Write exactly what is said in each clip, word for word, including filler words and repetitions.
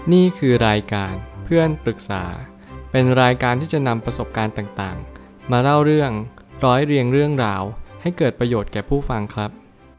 นี่คือรายการเพื่อนปรึกษาเป็นรายการที่จะนำประสบการณ์ต่างๆมาเล่าเรื่องร้อยเรียงเรื่องราวให้เกิดประโยชน์แก่ผู้ฟังครับ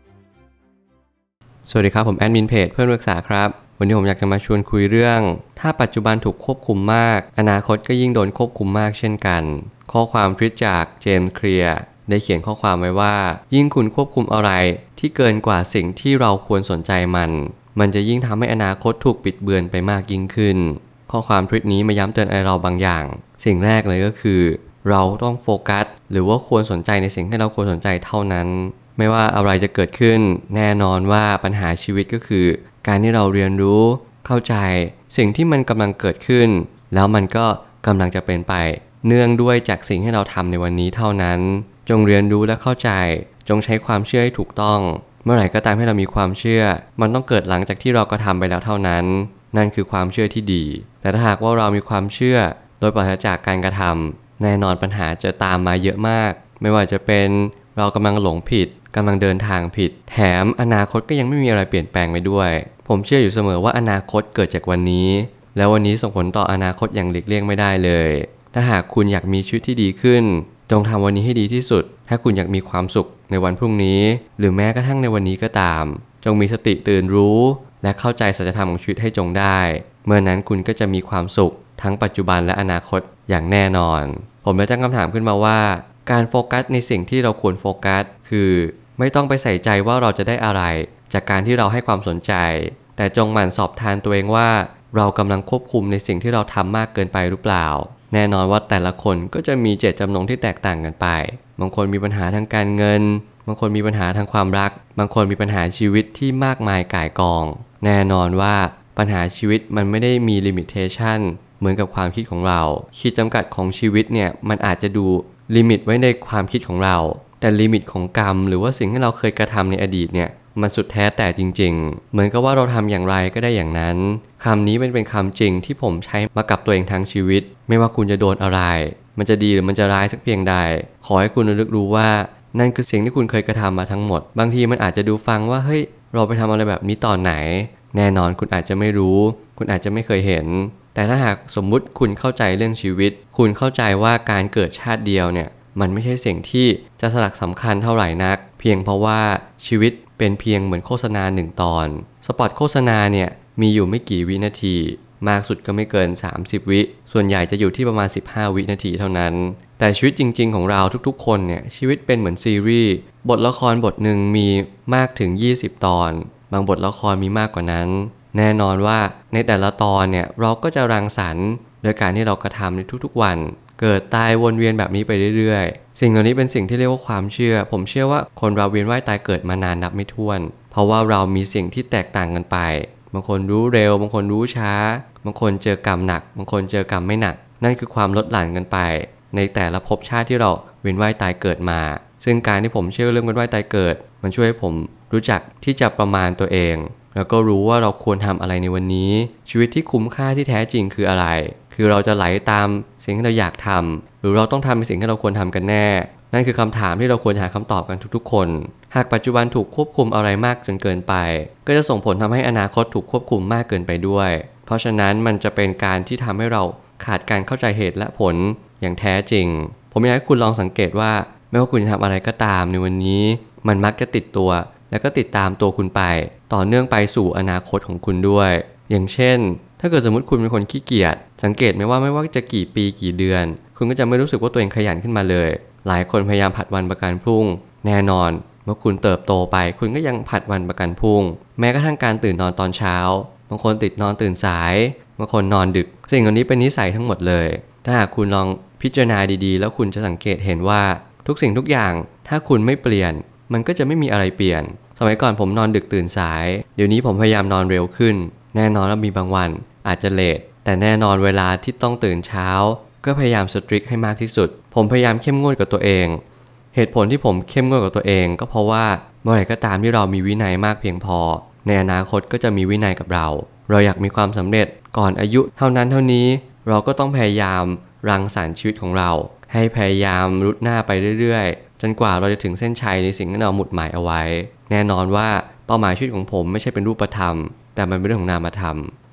สวัสดีครับผมแอดมินเพจเพื่อนปรึกษาครับวันนี้ผมอยากจะมาชวนคุยเรื่องถ้าปัจจุบันถูกควบคุมมากอนาคตก็ยิ่งโดนควบคุมมากเช่นกันข้อความทวิตจากเจมส์เคลียร์ได้เขียนข้อความไว้ว่ายิ่งคุณควบคุมอะไรที่เกินกว่าสิ่งที่เราควรสนใจมันมันจะยิ่งทำให้อนาคตถูกปิดเบือนไปมากยิ่งขึ้นข้อความทวิตนี้มาย้ำเตือนอะไรเราบางอย่างสิ่งแรกเลยก็คือเราต้องโฟกัสหรือว่าควรสนใจในสิ่งที่เราควรสนใจเท่านั้นไม่ว่าอะไรจะเกิดขึ้นแน่นอนว่าปัญหาชีวิตก็คือการที่เราเรียนรู้เข้าใจสิ่งที่มันกำลังเกิดขึ้นแล้วมันก็กำลังจะเป็นไปเนื่องด้วยจากสิ่งที่เราทำในวันนี้เท่านั้นจงเรียนรู้และเข้าใจจงใช้ความเชื่อให้ถูกต้องเมื่อไหร่ก็ตามให้เรามีความเชื่อมันต้องเกิดหลังจากที่เรากระทำไปแล้วเท่านั้นนั่นคือความเชื่อที่ดีแต่ถ้าหากว่าเรามีความเชื่อโดยปราศจากการกระทำแน่นอนปัญหาจะตามมาเยอะมากไม่ว่าจะเป็นเรากำลังหลงผิดกำลังเดินทางผิดแถมอนาคตก็ยังไม่มีอะไรเปลี่ยนแปลงไปด้วยผมเชื่ออยู่เสมอว่าอนาคตเกิดจากวันนี้แล้ววันนี้ส่งผลต่ออนาคตอย่างหลีกเลี่ยงไม่ได้เลยถ้าหากคุณอยากมีชีวิตที่ดีขึ้นจงทำวันนี้ให้ดีที่สุดถ้าคุณอยากมีความสุขในวันพรุ่งนี้หรือแม้กระทั่งในวันนี้ก็ตามจงมีสติตื่นรู้และเข้าใจสัจธรรมของชีวิตให้จงได้เมื่อนั้นคุณก็จะมีความสุขทั้งปัจจุบันและอนาคตอย่างแน่นอนผมเลยตั้งคำถามขึ้นมาว่าการโฟกัสในสิ่งที่เราควรโฟกัสคือไม่ต้องไปใส่ใจว่าเราจะได้อะไรจากการที่เราให้ความสนใจแต่จงหมั่นสอบทานตัวเองว่าเรากำลังควบคุมในสิ่งที่เราทำมากเกินไปหรือเปล่าแน่นอนว่าแต่ละคนก็จะมีเจตจำนงที่แตกต่างกันไปบางคนมีปัญหาทางการเงินบางคนมีปัญหาทางความรักบางคนมีปัญหาชีวิตที่มากมายก่ายกองแน่นอนว่าปัญหาชีวิตมันไม่ได้มีลิมิเตชันเหมือนกับความคิดของเราขีดจำกัดของชีวิตเนี่ยมันอาจจะดูลิมิตไว้ในความคิดของเราแต่ลิมิตของกรรมหรือว่าสิ่งที่เราเคยกระทำในอดีตเนี่ยมันสุดแท้แต่จริงๆเหมือนกับว่าเราทำอย่างไรก็ได้อย่างนั้นคำนี้เป็นเป็นคำจริงที่ผมใช้มากับตัวเองทั้งชีวิตไม่ว่าคุณจะโดนอะไรมันจะดีหรือมันจะร้ายสักเพียงใดขอให้คุณระลึกรู้ว่านั่นคือสิ่งที่คุณเคยกระทำมาทั้งหมดบางทีมันอาจจะดูฟังว่าเฮ้ยเราไปทำอะไรแบบนี้ตอนไหนแน่นอนคุณอาจจะไม่รู้คุณอาจจะไม่เคยเห็นแต่ถ้าหากสมมุติคุณเข้าใจเรื่องชีวิตคุณเข้าใจว่าการเกิดชาติเดียวเนี่ยมันไม่ใช่สิ่งที่จะสลักสำคัญเท่าไหร่นักเพียงเพราะว่าชีวิตเป็นเพียงเหมือนโฆษณาหนึ่งตอนสปอตโฆษณาเนี่ยมีอยู่ไม่กี่วินาทีมากสุดก็ไม่เกินสามสิบวิส่วนใหญ่จะอยู่ที่ประมาณสิบห้าวินาทีเท่านั้นแต่ชีวิตจริงๆของเราทุกๆคนเนี่ยชีวิตเป็นเหมือนซีรีส์บทละครบทหนึ่งมีมากถึงยี่สิบตอนบางบทละครมีมากกว่านั้นแน่นอนว่าในแต่ละตอนเนี่ยเราก็จะรังสรรค์โดยการที่เรากระทำในทุกๆวันเกิดตายวนเวียนแบบนี้ไปเรื่อยๆสิ่งเหล่านี้เป็นสิ่งที่เรียกว่าความเชื่อผมเชื่อว่าคนเราเวียนว่ายตายเกิดมานานนับไม่ถ้วนเพราะว่าเรามีสิ่งที่แตกต่างกันไปบางคนรู้เร็วบางคนรู้ช้าบางคนเจอกรรมหนักบางคนเจอกรรมไม่หนักนั่นคือความลดหลั่นกันไปในแต่ละภพชาติที่เราเวียนว่ายตายเกิดมาซึ่งการที่ผมเชื่อเรื่องเวียนว่ายตายเกิดมันช่วยให้ผมรู้จักที่จะประมาณตัวเองแล้วก็รู้ว่าเราควรทำอะไรในวันนี้ชีวิตที่คุ้มค่าที่แท้จริงคืออะไรคือเราจะไหลตามสิ่งที่เราอยากทำหรือเราต้องทำในสิ่งที่เราควรทำกันแน่นั่นคือคำถามที่เราควรหาคำตอบกันทุกๆคนหากปัจจุบันถูกควบคุมอะไรมากจนเกินไปก็จะส่งผลทำให้อนาคตถูกควบคุมมากเกินไปด้วยเพราะฉะนั้นมันจะเป็นการที่ทำให้เราขาดการเข้าใจเหตุและผลอย่างแท้จริงผมอยากให้คุณลองสังเกตว่าไม่ว่าคุณจะทำอะไรก็ตามในวันนี้มันมักจะติดตัวแล้วก็ติดตามตัวคุณไปต่อเนื่องไปสู่อนาคตของคุณด้วยอย่างเช่นถ้าเกิดสมมติคุณเป็นคนขี้เกียจสังเกตไหมว่าไม่ว่าจะกี่ปีกี่เดือนคุณก็จะไม่รู้สึกว่าตัวเองขยันขึ้นมาเลยหลายคนพยายามผัดวันประกันพรุ่งแน่นอนเมื่อคุณเติบโตไปคุณก็ยังผัดวันประกันพรุ่งแม้กระทั่งการตื่นนอนตอนเช้าบางคนติดนอนตื่นสายบางคนนอนดึกสิ่งเหล่านี้เป็นนิสัยทั้งหมดเลยถ้าหากคุณลองพิจารณาดีๆแล้วคุณจะสังเกตเห็นว่าทุกสิ่งทุกอย่างถ้าคุณไม่เปลี่ยนมันก็จะไม่มีอะไรเปลี่ยนสมัยก่อนผมนอนดึกตื่นสายเดี๋ยวนี้ผมพยายามนอนเร็วขึ้นแน่นอนว่ามีบางวันอาจจะเลทแต่แน่นอนเวลาที่ต้องตื่นเช้าก็พยายามสตริกให้มากที่สุดผมพยายามเข้มงวดกับตัวเองเหตุผลที่ผมเข้มงวดกับตัวเองก็เพราะว่าเมื่อไหร่ก็ตามที่เรามีวินัยมากเพียงพอในอนาคตก็จะมีวินัยกับเราเราอยากมีความสำเร็จก่อนอายุเท่านั้นเท่านี้เราก็ต้องพยายามรังสรรค์ชีวิตของเราให้พยายามรุดหน้าไปเรื่อยๆจนกว่าเราจะถึงเส้นชัยในสิ่งที่เราหมุดหมายเอาไว้แน่นอนว่าเป้าหมายชีวิตของผมไม่ใช่เป็นรูปธรรมแต่มันเป็นเรื่องของนามธรรม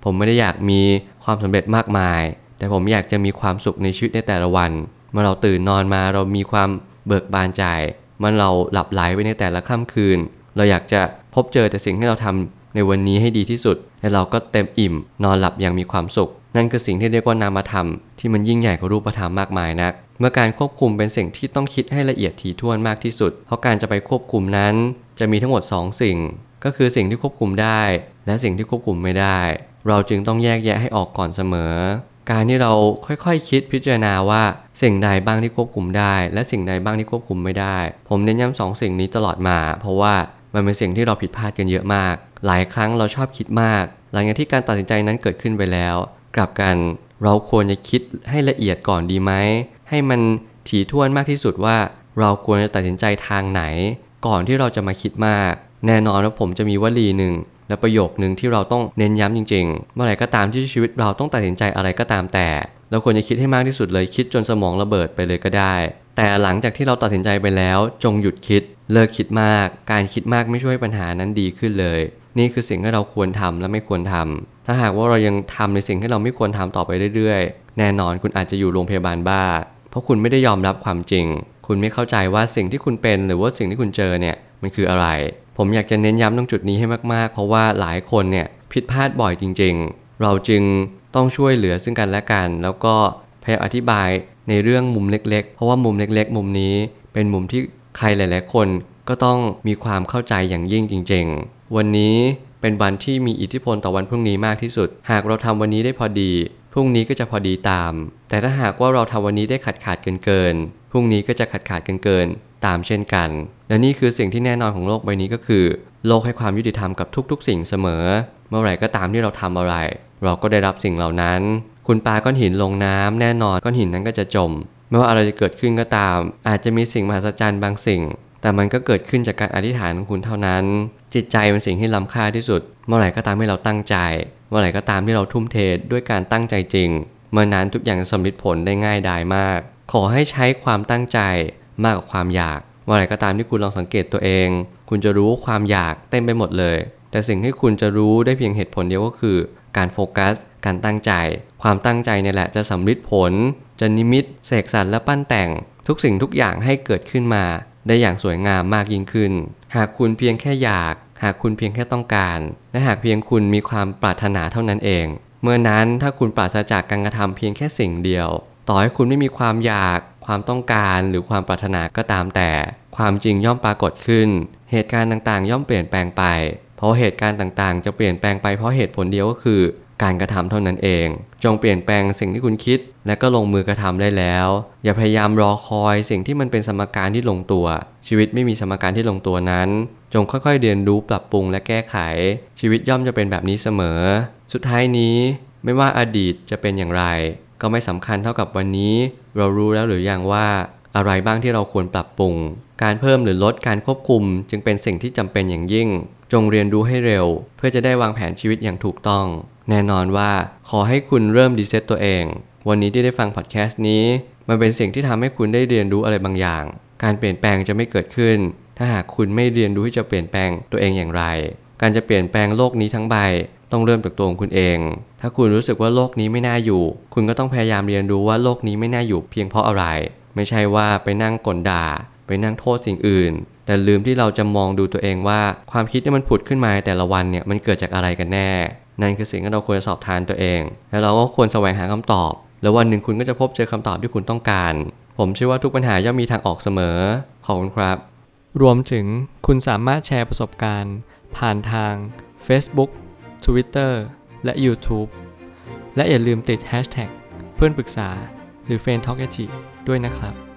ผมไม่ได้อยากมีความสำเร็จมากมายแต่ผมอยากจะมีความสุขในชีวิตในแต่ละวันเมื่อเราตื่นนอนมาเรามีความเบิกบานใจเมื่อเราหลับไหลไปในแต่ละค่ำคืนเราอยากจะพบเจอแต่สิ่งที่เราทำในวันนี้ให้ดีที่สุดและเราก็เต็มอิ่มนอนหลับอย่างมีความสุขนั่นคือสิ่งที่เรียกว่านามธรรมที่มันยิ่งใหญ่กว่ารูปธรรมมากมายนักเมื่อการควบคุมเป็นสิ่งที่ต้องคิดให้ละเอียดถี่ถ้วนมากที่สุดเพราะการจะไปควบคุมนั้นจะมีทั้งหมดสองสิ่งก็คือสิ่งที่ควบคุมได้และสิ่งที่ควบคุมไม่ได้เราจึงต้องแยกแยะให้ออกก่อนเสมอการที่เราค่อยๆ คคิดพิจารณาว่าสิ่งใดบ้างที่ควบคุมได้และสิ่งใดบ้างที่ควบคุมไม่ได้ผมเน้นย้ำสองสิ่งนี้ตลอดมาเพราะว่ามันเป็นสิ่งที่เราผิดพลาดกันเยอะมากหลายครั้งเราชอบคิดมากหลังจากที่การตัดสินใจนั้นเกิดขึ้นไปแล้วกลับกันเราควรจะคิดให้ละเอียดก่อนดีไหมให้มันถี่ถ้วนมากที่สุดว่าเราควรจะตัดสินใจทางไหนก่อนที่เราจะมาคิดมากแน่นอนว่าผมจะมีวลีหนึ่งและประโยคนึงที่เราต้องเน้นย้ำจริงๆเมื่อไหร่ก็ตามที่ชีวิตเราต้องตัดสินใจอะไรก็ตามแต่เราควรจะคิดให้มากที่สุดเลยคิดจนสมองระเบิดไปเลยก็ได้แต่หลังจากที่เราตัดสินใจไปแล้วจงหยุดคิดเลิกคิดมากการคิดมากไม่ช่วยปัญหานั้นดีขึ้นเลยนี่คือสิ่งที่เราควรทำและไม่ควรทำถ้าหากว่าเรายังทำในสิ่งที่เราไม่ควรทำต่อไปเรื่อยๆแน่นอนคุณอาจจะอยู่โรงพยาบาลบ้าเพราะคุณไม่ได้ยอมรับความจริงคุณไม่เข้าใจว่าสิ่งที่คุณเป็นหรือว่าสิ่งที่คุณเจอเนี่ยมันคืออะไรผมอยากจะเน้นย้ำตรงจุดนี้ให้มากๆเพราะว่าหลายคนเนี่ยผิดพลาดบ่อยจริงๆเราจึงต้องช่วยเหลือซึ่งกันและกันแล้วก็พยายามอธิบายในเรื่องมุมเล็กๆเพราะว่ามุมเล็กๆมุมนี้เป็นมุมที่ใครหลายๆคนก็ต้องมีความเข้าใจอย่างยิ่งจริงๆวันนี้เป็นวันที่มีอิทธิพลต่อวันพรุ่งนี้มากที่สุดหากเราทำวันนี้ได้พอดีพรุ่งนี้ก็จะพอดีตามแต่ถ้าหากว่าเราทำวันนี้ได้ขาดขาดเกินเกินพรุ่งนี้ก็จะขาดขาดเกินเกินตามเช่นกันและนี่คือสิ่งที่แน่นอนของโลกใบนี้ก็คือโลกให้ความยุติธรรมกับทุกๆสิ่งเสมอเมื่อไหร่ก็ตามที่เราทำอะไรเราก็ได้รับสิ่งเหล่านั้นคุณปาก้อนหินลงน้ำแน่นอนก้อนหินนั้นก็จะจมไม่ว่าอะไรจะเกิดขึ้นก็ตามอาจจะมีสิ่งมหัศจรรย์บางสิ่งแต่มันก็เกิดขึ้นจากการอธิษฐานของคุณเท่านั้นจิตใจเป็นสิ่งที่ล้ำค่าที่สุดเมื่อไหร่ก็ตามที่เราตั้งใจเมื่อไหร่ก็ตามที่เราทุ่มเทด้วยการตั้งใจจริงเมื่อนั้นทุกอย่างสำเร็จผลได้ง่ายดายมากขอให้ใช้ความตั้งใจมากกว่าความอยากเมื่อไหร่ก็ตามที่คุณลองสังเกตตัวเองคุณจะรู้ความอยากเต็มไปหมดเลยแต่สิ่งที่คุณจะรู้ได้เพียงเหตุผลเดียวก็คือการโฟกัสการตั้งใจความตั้งใจเนี่ยแหละจะสำเร็จผลจะนิมิตเสกสรรและปั้นแต่งทุกสิ่งทุกอย่างให้เกิดขึ้นมาได้อย่างสวยงามมากยิ่งขึ้นหากคุณเพียงแค่อยากหากคุณเพียงแค่ต้องการและหากเพียงคุณมีความปรารถนาเท่านั้นเองเมื่อนั้นถ้าคุณปราศจากการกระทำเพียงแค่สิ่งเดียวต่อให้คุณไม่มีความอยากความต้องการหรือความปรารถนาก็ตามแต่ความจริงย่อมปรากฏขึ้นเหตุการณ์ต่างๆย่อมเปลี่ยนแปลงไปเพราะเหตุการณ์ต่างๆจะเปลี่ยนแปลงไปเพราะเหตุผลเดียวก็คือการกระทำเท่านั้นเองจงเปลี่ยนแปลงสิ่งที่คุณคิดและก็ลงมือกระทำได้แล้วอย่าพยายามรอคอยสิ่งที่มันเป็นสมการที่ลงตัวชีวิตไม่มีสมการที่ลงตัวนั้นจงค่อยๆเรียนรู้ปรับปรุงและแก้ไขชีวิตย่อมจะเป็นแบบนี้เสมอสุดท้ายนี้ไม่ว่าอดีตจะเป็นอย่างไรก็ไม่สำคัญเท่ากับวันนี้เรารู้แล้วหรือยังว่าอะไรบ้างที่เราควรปรับปรุงการเพิ่มหรือลดการควบคุมจึงเป็นสิ่งที่จำเป็นอย่างยิ่งจงเรียนรู้ให้เร็วเพื่อจะได้วางแผนชีวิตอย่างถูกต้องแน่นอนว่าขอให้คุณเริ่มรีเซ็ตตัวเองวันนี้ที่ได้ฟังพอดแคสต์นี้มันเป็นสิ่งที่ทำให้คุณได้เรียนรู้อะไรบางอย่างการเปลี่ยนแปลงจะไม่เกิดขึ้นถ้าหากคุณไม่เรียนรู้ที่จะเปลี่ยนแปลงตัวเองอย่างไรการจะเปลี่ยนแปลงโลกนี้ทั้งใบต้องเริ่มจากตัวของคุณเองถ้าคุณรู้สึกว่าโลกนี้ไม่น่าอยู่คุณก็ต้องพยายามเรียนรู้ว่าโลกนี้ไม่น่าอยู่เพียงเพราะอะไรไม่ใช่ว่าไปนั่งก่นด่าไปนั่งโทษสิ่งอื่นแต่ลืมที่เราจะมองดูตัวเองว่าความคิดที่มันผุดขึ้นมาแต่ละวันเนี่ยมันเกิดจากอะไรกันแน่นั่นคือสิ่งที่เราควรสอบทานตัวเองแล้วเราก็ควรแสวงหาคำตอบแล้ววันหนึ่งคุณก็จะพบเจอคำตอบที่คุณต้องการผมเชื่อว่าทุกปัญหาย่อมมีทางออกเสมอขอบคุณครับรวมถึงคุณสามารถแชร์ประสบการณ์ผ่านทาง Facebook Twitter และ YouTube และอย่าลืมติด แฮชแท็ก เพื่อนปรึกษาหรือ เฟรนด์ ทอล์ก ด้วยนะครับ